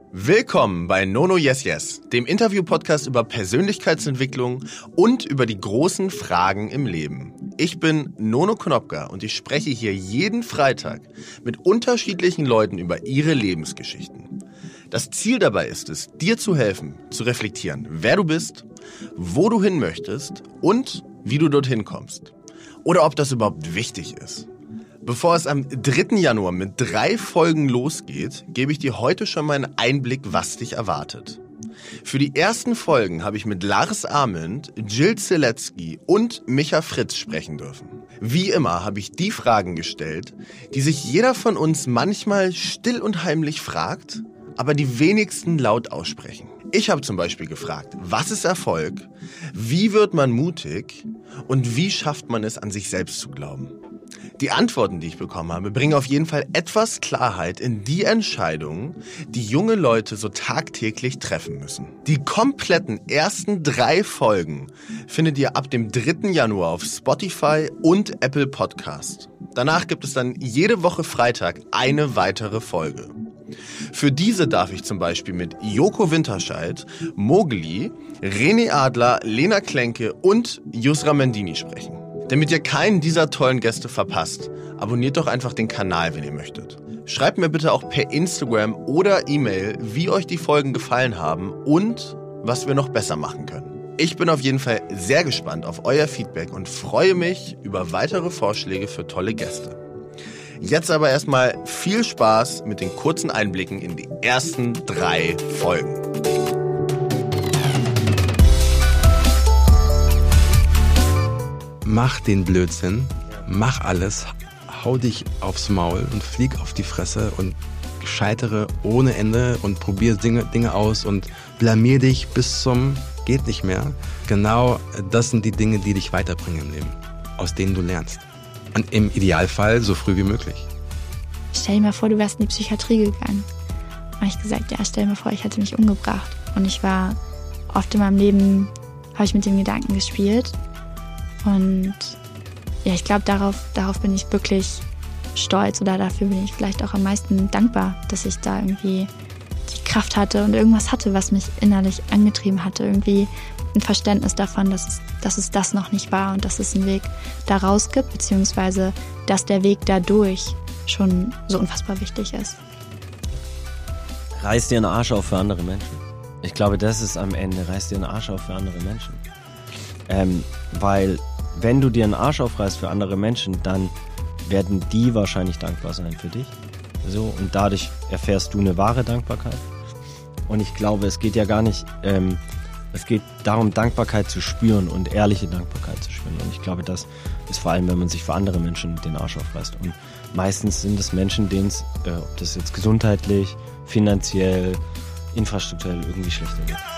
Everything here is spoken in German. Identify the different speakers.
Speaker 1: Willkommen bei Nono Yes Yes, dem Interview-Podcast über Persönlichkeitsentwicklung und über die großen Fragen im Leben. Ich bin Nono Konopka und ich spreche hier jeden Freitag mit unterschiedlichen Leuten über ihre Lebensgeschichten. Das Ziel dabei ist es, dir zu helfen, zu reflektieren, wer du bist, wo du hin möchtest und wie du dorthin kommst. Oder ob das überhaupt wichtig ist. Bevor es am 3. Januar mit 3 Folgen losgeht, gebe ich dir heute schon mal einen Einblick, was dich erwartet. Für die ersten Folgen habe ich mit Lars Ament, Jill Zielecki und Micha Fritz sprechen dürfen. Wie immer habe ich die Fragen gestellt, die sich jeder von uns manchmal still und heimlich fragt, aber die wenigsten laut aussprechen. Ich habe zum Beispiel gefragt, was ist Erfolg, wie wird man mutig und wie schafft man es, an sich selbst zu glauben? Die Antworten, die ich bekommen habe, bringen auf jeden Fall etwas Klarheit in die Entscheidungen, die junge Leute so tagtäglich treffen müssen. Die kompletten ersten 3 Folgen findet ihr ab dem 3. Januar auf Spotify und Apple Podcast. Danach gibt es dann jede Woche Freitag eine weitere Folge. Für diese darf ich zum Beispiel mit Joko Winterscheid, Mowgli, René Adler, Lena Klenke und Yusra Mendini sprechen. Damit ihr keinen dieser tollen Gäste verpasst, abonniert doch einfach den Kanal, wenn ihr möchtet. Schreibt mir bitte auch per Instagram oder E-Mail, wie euch die Folgen gefallen haben und was wir noch besser machen können. Ich bin auf jeden Fall sehr gespannt auf euer Feedback und freue mich über weitere Vorschläge für tolle Gäste. Jetzt aber erstmal viel Spaß mit den kurzen Einblicken in die ersten 3 Folgen.
Speaker 2: Mach den Blödsinn, mach alles, hau dich aufs Maul und flieg auf die Fresse und scheitere ohne Ende und probier Dinge aus und blamier dich bis zum geht nicht mehr. Genau das sind die Dinge, die dich weiterbringen im Leben, aus denen du lernst. Und im Idealfall so früh wie möglich.
Speaker 3: Stell dir mal vor, du wärst in die Psychiatrie gegangen. Da habe ich gesagt, ja, stell dir mal vor, ich hätte mich umgebracht. Und ich war oft in meinem Leben, habe ich mit dem Gedanken gespielt. Und ja, ich glaube, darauf bin ich wirklich stolz oder dafür bin ich vielleicht auch am meisten dankbar, dass ich da irgendwie die Kraft hatte und irgendwas hatte, was mich innerlich angetrieben hatte. Irgendwie ein Verständnis davon, dass es das noch nicht war und dass es einen Weg da raus gibt, beziehungsweise dass der Weg dadurch schon so unfassbar wichtig ist.
Speaker 4: Reiß dir einen Arsch auf für andere Menschen. Ich glaube, das ist am Ende, reiß dir einen Arsch auf für andere Menschen. Weil wenn du dir einen Arsch aufreißt für andere Menschen, dann werden die wahrscheinlich dankbar sein für dich. So, und dadurch erfährst du eine wahre Dankbarkeit. Und ich glaube, es geht ja gar nicht, es geht darum, Dankbarkeit zu spüren und ehrliche Dankbarkeit zu spüren. Und ich glaube, das ist vor allem, wenn man sich für andere Menschen den Arsch aufreißt. Und meistens sind es Menschen, denen es, ob das jetzt gesundheitlich, finanziell, infrastrukturell irgendwie schlechter geht.